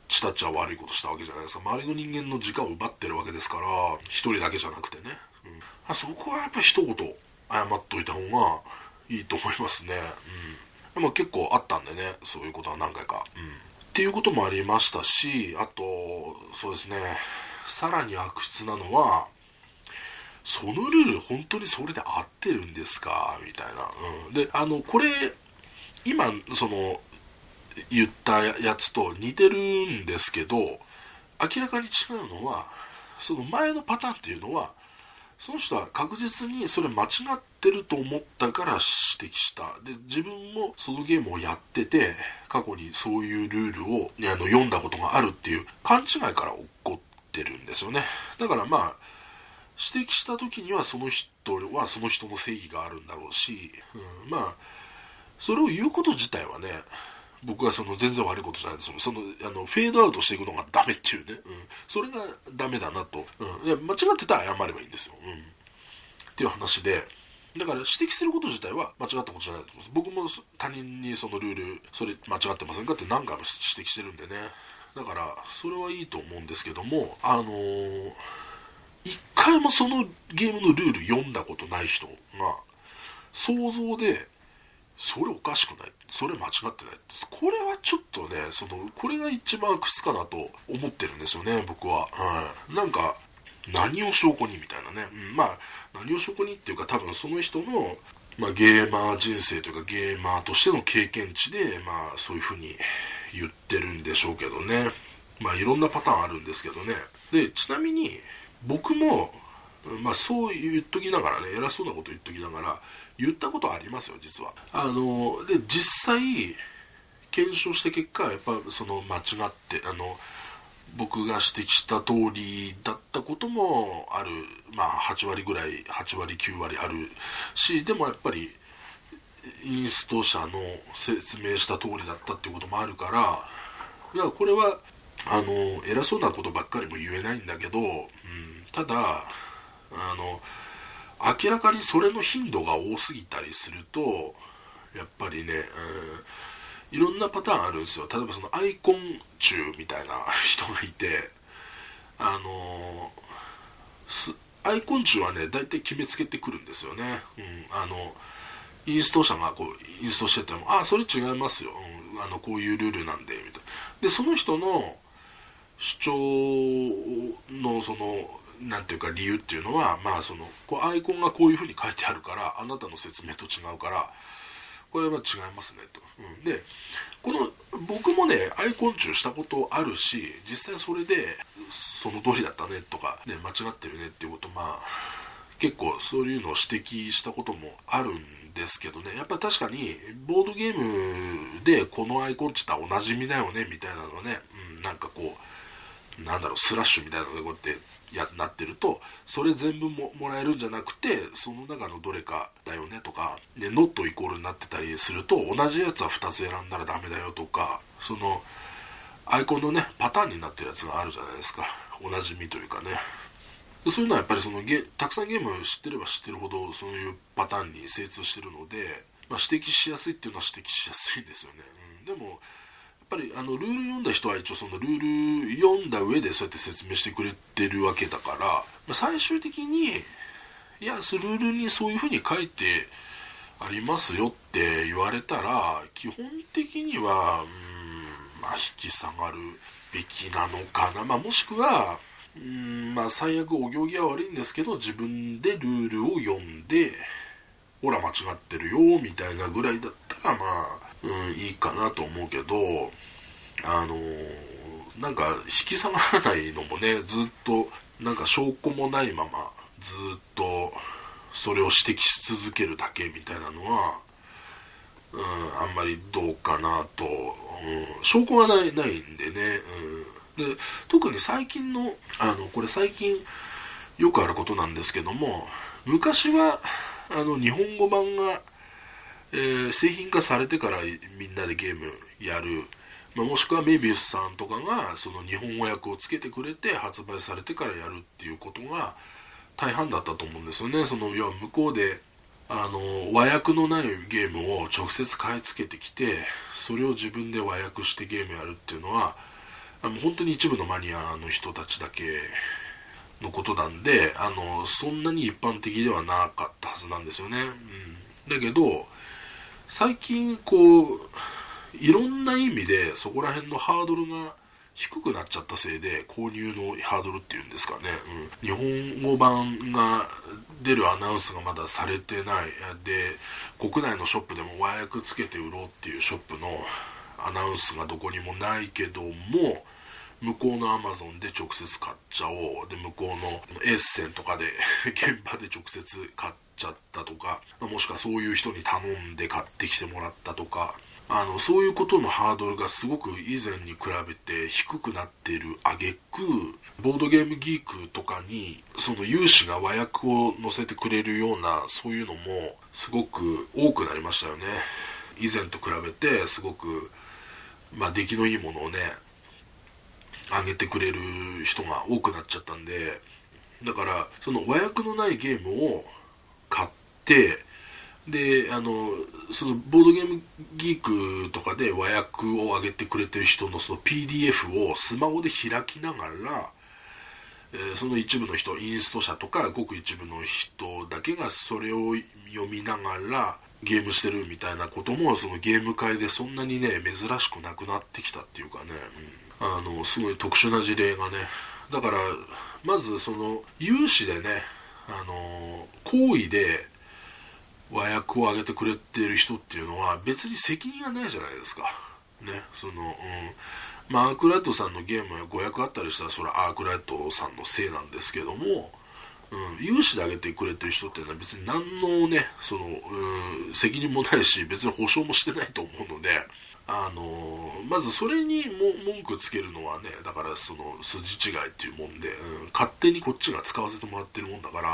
ちたちは悪いことしたわけじゃないですか。周りの人間の時間を奪ってるわけですから、一人だけじゃなくてね、そこはやっぱり一言謝っといた方がいいと思いますね。結構あったんでね、そういうことは何回か、っていうこともありましたし、あとそうですね、さらに悪質なのは、そのルール本当にそれで合ってるんですかみたいな、でこれ今その言ったやつと似てるんですけど、明らかに違うのは、その前のパターンっていうのは、その人は確実にそれ間違ってると思ったから指摘した。で、自分もそのゲームをやってて、過去にそういうルールを読んだことがあるっていう勘違いから起こってるんですよね。だから指摘した時にはその人はその人の正義があるんだろうし、それを言うこと自体はね、僕は全然悪いことじゃないですよ。フェードアウトしていくのがダメっていうね、それがダメだなと、いや間違ってたら謝ればいいんですよ、っていう話で、だから指摘すること自体は間違ったことじゃないと思います。僕も他人にそのルールそれ間違ってませんかって何回も指摘してるんでね、だからそれはいいと思うんですけども、一回もそのゲームのルール読んだことない人が想像でそれおかしくない、それ間違ってない、これはちょっとね、これが一番悪質かなと思ってるんですよね、僕は。なんか何を証拠にみたいなね、何を証拠にっていうか、多分その人の、ゲーマー人生というかゲーマーとしての経験値で、そういう風に言ってるんでしょうけどね。いろんなパターンあるんですけどね。で、ちなみに僕もそう言っときながらね、偉そうなこと言っときながら言ったことありますよ、実は。で実際検証した結果、やっぱ間違って僕が指摘した通りだったこともある、8割ぐらい、8割9割あるし、でもやっぱりインスト社の説明した通りだったっていうこともあるから、いやこれは偉そうなことばっかりも言えないんだけど、ただ明らかにそれの頻度が多すぎたりすると、やっぱりね、いろんなパターンあるんですよ。例えばアイコン中みたいな人がいて、アイコン中はね、大体決めつけてくるんですよね。インスト者がインストしてても、それ違いますよ、こういうルールなんでみたいな。でその人の主張のなんていうか理由っていうのは、アイコンがこういう風に書いてあるから、あなたの説明と違うからこれは違いますねと、で僕もねアイコン中したことあるし、実際それでその通りだったねとか、ね、間違ってるねっていうこと、結構そういうのを指摘したこともあるんですけどね、やっぱ確かにボードゲームでこのアイコンって言ったらおなじみだよねみたいなのね、なんかスラッシュみたいなのでこうやってなってると、それ全部もらえるんじゃなくて、その中のどれかだよねとか、でノットイコールになってたりすると、同じやつは2つ選んだらダメだよとか、アイコンのねパターンになってるやつがあるじゃないですか、おなじみというかね。そういうのはやっぱりたくさんゲームを知ってれば知ってるほどそういうパターンに精通してるので、指摘しやすいっていうのは指摘しやすいんですよね、でもやっぱりルール読んだ人は一応ルール読んだ上でそうやって説明してくれてるわけだから、最終的にルールにそういう風に書いてありますよって言われたら、基本的には引き下がるべきなのかな、もしくは最悪お行儀は悪いんですけど、自分でルールを読んでほら間違ってるよみたいなぐらいだったらいいかなと思うけど、なんか引き下がらないのもね、ずっとなんか証拠もないままずっとそれを指摘し続けるだけみたいなのは、あんまりどうかなと、証拠がないんでね、で特に最近のこれ最近よくあることなんですけども、昔は日本語版が、製品化されてからみんなでゲームやる、もしくはメビウスさんとかがその日本語訳をつけてくれて発売されてからやるっていうことが大半だったと思うんですよね。要は向こうで和訳のないゲームを直接買い付けてきて、それを自分で和訳してゲームやるっていうのは本当に一部のマニアの人たちだけのことなんで、そんなに一般的ではなかったはずなんですよね。だけど最近いろんな意味でそこら辺のハードルが低くなっちゃったせいで、購入のハードルっていうんですかね、日本語版が出るアナウンスがまだされてないで、国内のショップでも和訳つけて売ろうっていうショップのアナウンスがどこにもないけども、向こうのアマゾンで直接買っちゃおう、で向こうのエッセンとかで現場で直接買っちゃったとか、もしくはそういう人に頼んで買ってきてもらったとか、そういうことのハードルがすごく以前に比べて低くなっている挙句、ボードゲームギークとかにその有志が和訳を載せてくれるような、そういうのもすごく多くなりましたよね。以前と比べてすごく出来のいいものをねあげてくれる人が多くなっちゃったんで、だからその和訳のないゲームを買って、でそのボードゲームギークとかで和訳を上げてくれてる人のその PDF をスマホで開きながら、その一部の人、インスト者とかごく一部の人だけがそれを読みながらゲームしてるみたいなことも、そのゲーム界でそんなにね珍しくなくなってきたっていうかね、すごい特殊な事例がね。だからまずその有志でね、好意で和訳を上げてくれている人っていうのは別に責任がないじゃないですかね。アークライトさんのゲームが誤訳あったりしたらそれはアークライトさんのせいなんですけども、有志で上げてくれてる人っていうのは別に何のね責任もないし、別に保証もしてないと思うので、まずそれに文句つけるのはね、だからその筋違いっていうもんで、勝手にこっちが使わせてもらってるもんだから、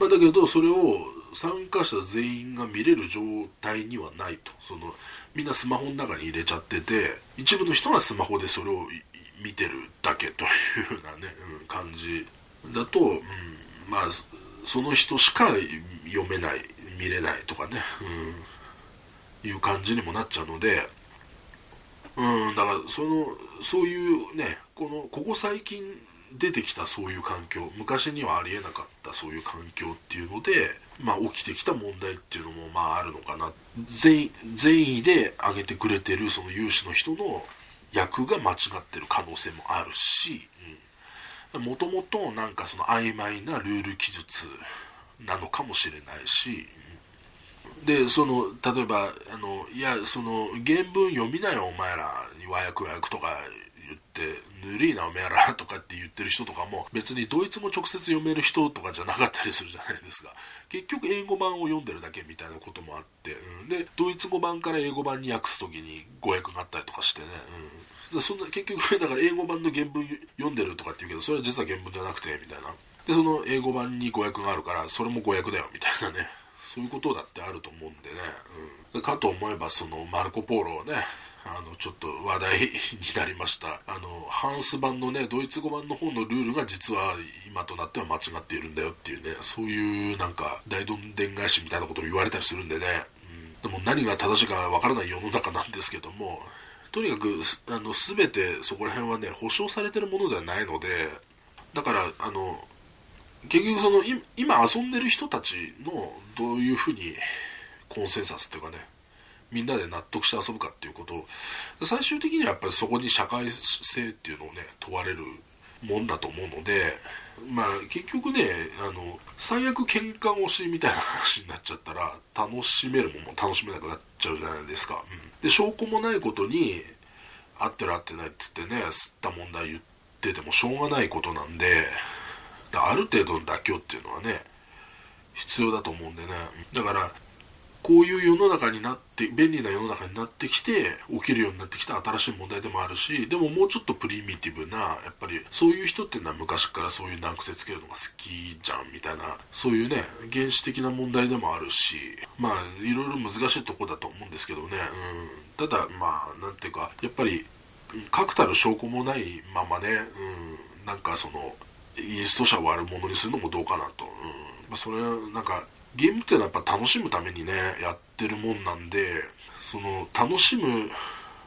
だけどそれを参加者全員が見れる状態にはないと。みんなスマホの中に入れちゃってて、一部の人がスマホでそれを見てるだけというようなね、感じだと、その人しか読めない、見れないとかね、いう感じにもなっちゃうので、だからそういうね、ここ最近出てきたそういう環境、昔にはありえなかったそういう環境っていうので、起きてきた問題っていうのもあるのかな。善意で挙げてくれてるその有志の人の役が間違ってる可能性もあるし、もともとなんかその曖昧なルール記述なのかもしれないし、で例えばいや原文読みなよお前ら、和訳とか言ってぬるいなお前らとかって言ってる人とかも別にドイツ語直接読める人とかじゃなかったりするじゃないですか。結局英語版を読んでるだけみたいなこともあって、でドイツ語版から英語版に訳すときに語訳があったりとかしてね、そんな結局だから英語版の原文読んでるとかって言うけど、それは実は原文じゃなくてみたいな、でその英語版に語訳があるからそれも語訳だよみたいなね、そういうことだってあると思うんでね、かと思えばマルコ・ポーロをね、ちょっと話題になりましたハンス版のねドイツ語版の方のルールが実は今となっては間違っているんだよっていうね、そういうなんか大どんでん返しみたいなことを言われたりするんでね、でも何が正しいかわからない世の中なんですけども、とにかく全てそこら辺はね保証されてるものではないので、だから結局今遊んでる人たちのどういうふうにコンセンサスっていうかね、みんなで納得して遊ぶかっていうこと、最終的にはやっぱりそこに社会性っていうのをね問われるもんだと思うので、結局ね最悪喧嘩腰しみたいな話になっちゃったら楽しめるもんも楽しめなくなっちゃうじゃないですか、で証拠もないことに合ってる合ってないっつってね吸った問題言っててもしょうがないことなんで、ある程度の妥協っていうのはね必要だと思うんでね、だからこういう世の中になって便利な世の中になってきて起きるようになってきた新しい問題でもあるし、でももうちょっとプリミティブなやっぱりそういう人っていうのは昔からそういう難癖つけるのが好きじゃんみたいな、そういうね原始的な問題でもあるし、いろいろ難しいところだと思うんですけどね、ただなんていうかやっぱり確たる証拠もないままね、なんかインスト者を悪者にするのもどうかなと、それはなんかゲームっていうのはやっぱ楽しむためにねやってるもんなんで、楽しむ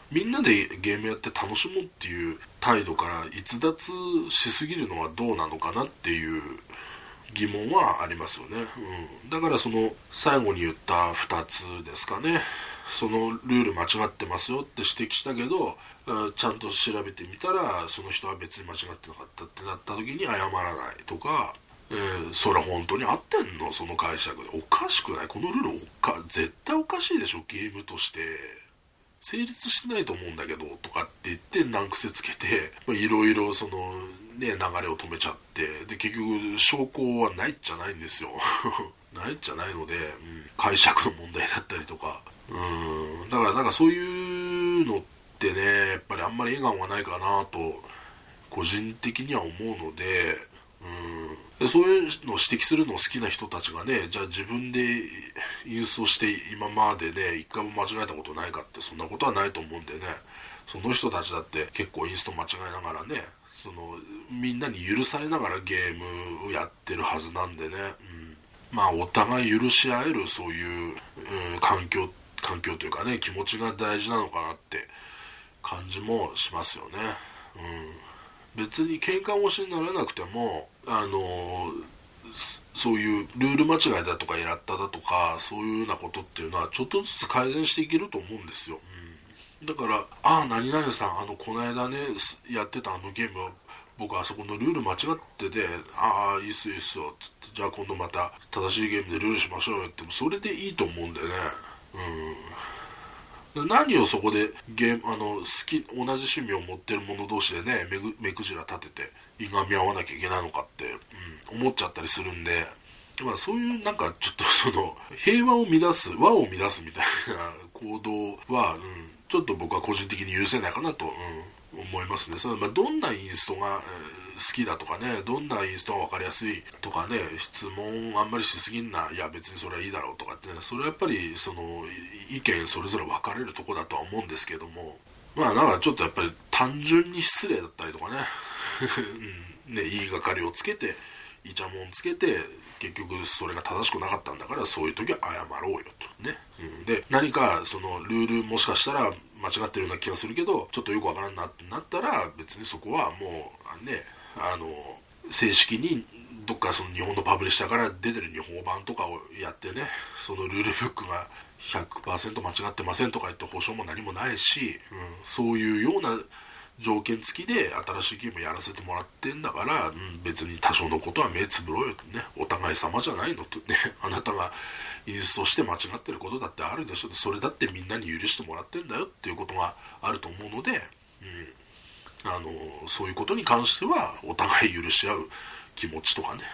みんなでゲームやって楽しもうっていう態度から逸脱しすぎるのはどうなのかなっていう疑問はありますよね、だからその最後に言った2つですかね、そのルール間違ってますよって指摘したけど、ちゃんと調べてみたらその人は別に間違ってなかったってなった時に謝らないとか、それ本当に合ってんのその解釈で、おかしくない、このルール絶対おかしいでしょ、ゲームとして成立してないと思うんだけどとかって言って難癖つけていろいろそのね流れを止めちゃって、で結局証拠はないっちゃないんですよないっちゃないので、解釈の問題だったりとか、だからなんかそういうのってねやっぱりあんまり笑顔がないかなと個人的には思うので、そういうのを指摘するのを好きな人たちがね、じゃあ自分でインストして今までね一回も間違えたことないかってそんなことはないと思うんでね、その人たちだって結構インスト間違えながらね、そのみんなに許されながらゲームをやってるはずなんでね、まあお互い許し合えるそういう、環境というかね気持ちが大事なのかなって感じもしますよね。別に喧嘩腰にならなくてもそういうルール間違いだとかやっただとかそういうようなことっていうのはちょっとずつ改善していけると思うんですよ、だから何々さんこの間ねやってたゲームは僕あそこのルール間違ってていいっすいいっすよつって、じゃあ今度また正しいゲームでルールしましょうよってもそれでいいと思うんでね、何をそこで同じ趣味を持ってる者同士でね目くじら立てていがみ合わなきゃいけないのかって、思っちゃったりするんで、そういうなんかちょっとその平和を乱すみたいな行動は、ちょっと僕は個人的に許せないかなと、思いますね。どんなインストが、好きだとかね、どんなインストが分かりやすいとかね、質問あんまりしすぎんな、いや別にそれはいいだろうとかってね、それはやっぱりその意見それぞれ分かれるとこだとは思うんですけども、なんかちょっとやっぱり単純に失礼だったりとかね言いがかりをつけてイチャモンつけて結局それが正しくなかったんだからそういう時は謝ろうよとね、で何かそのルールもしかしたら間違ってるような気がするけどちょっとよくわからんなってなったら別にそこはもうね正式にどっかその日本のパブリッシャーから出てる日本語版とかをやってね、そのルールブックが 100% 間違ってませんとか言って保証も何もないし、そういうような条件付きで新しいゲームやらせてもらってんだから、別に多少のことは目つぶろうよとね、お互い様じゃないのとね、あなたがインストして間違ってることだってあるでしょ、それだってみんなに許してもらってんだよっていうことがあると思うので、そういうことに関してはお互い許し合う気持ちとかね、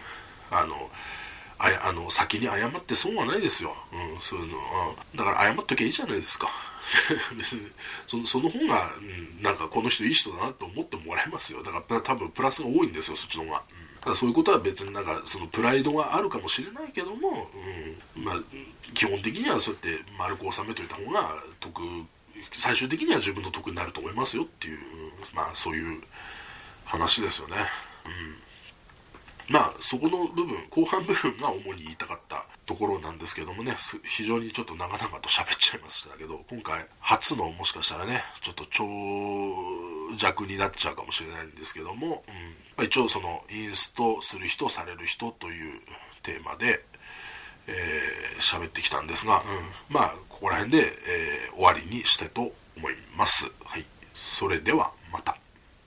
先に謝って損はないですよ、そういうの、だから謝っときゃいいじゃないですか別にその方が、なんかこの人いい人だなと思ってもらえますよ。だから多分プラスが多いんですよそっちの方が、だからそういうことは別になんかそのプライドがあるかもしれないけども、基本的にはそうやって丸く収めといた方が最終的には自分の得になると思いますよっていう、そういう話ですよね。そこの部分後半部分が主に言いたかったところなんですけどもね、非常にちょっと長々と喋っちゃいましたけど、今回初のもしかしたらねちょっと長尺になっちゃうかもしれないんですけども、一応そのインストする人される人というテーマで喋ってきたんですが、ここら辺で、終わりにしたいと思います。はい、それではまた。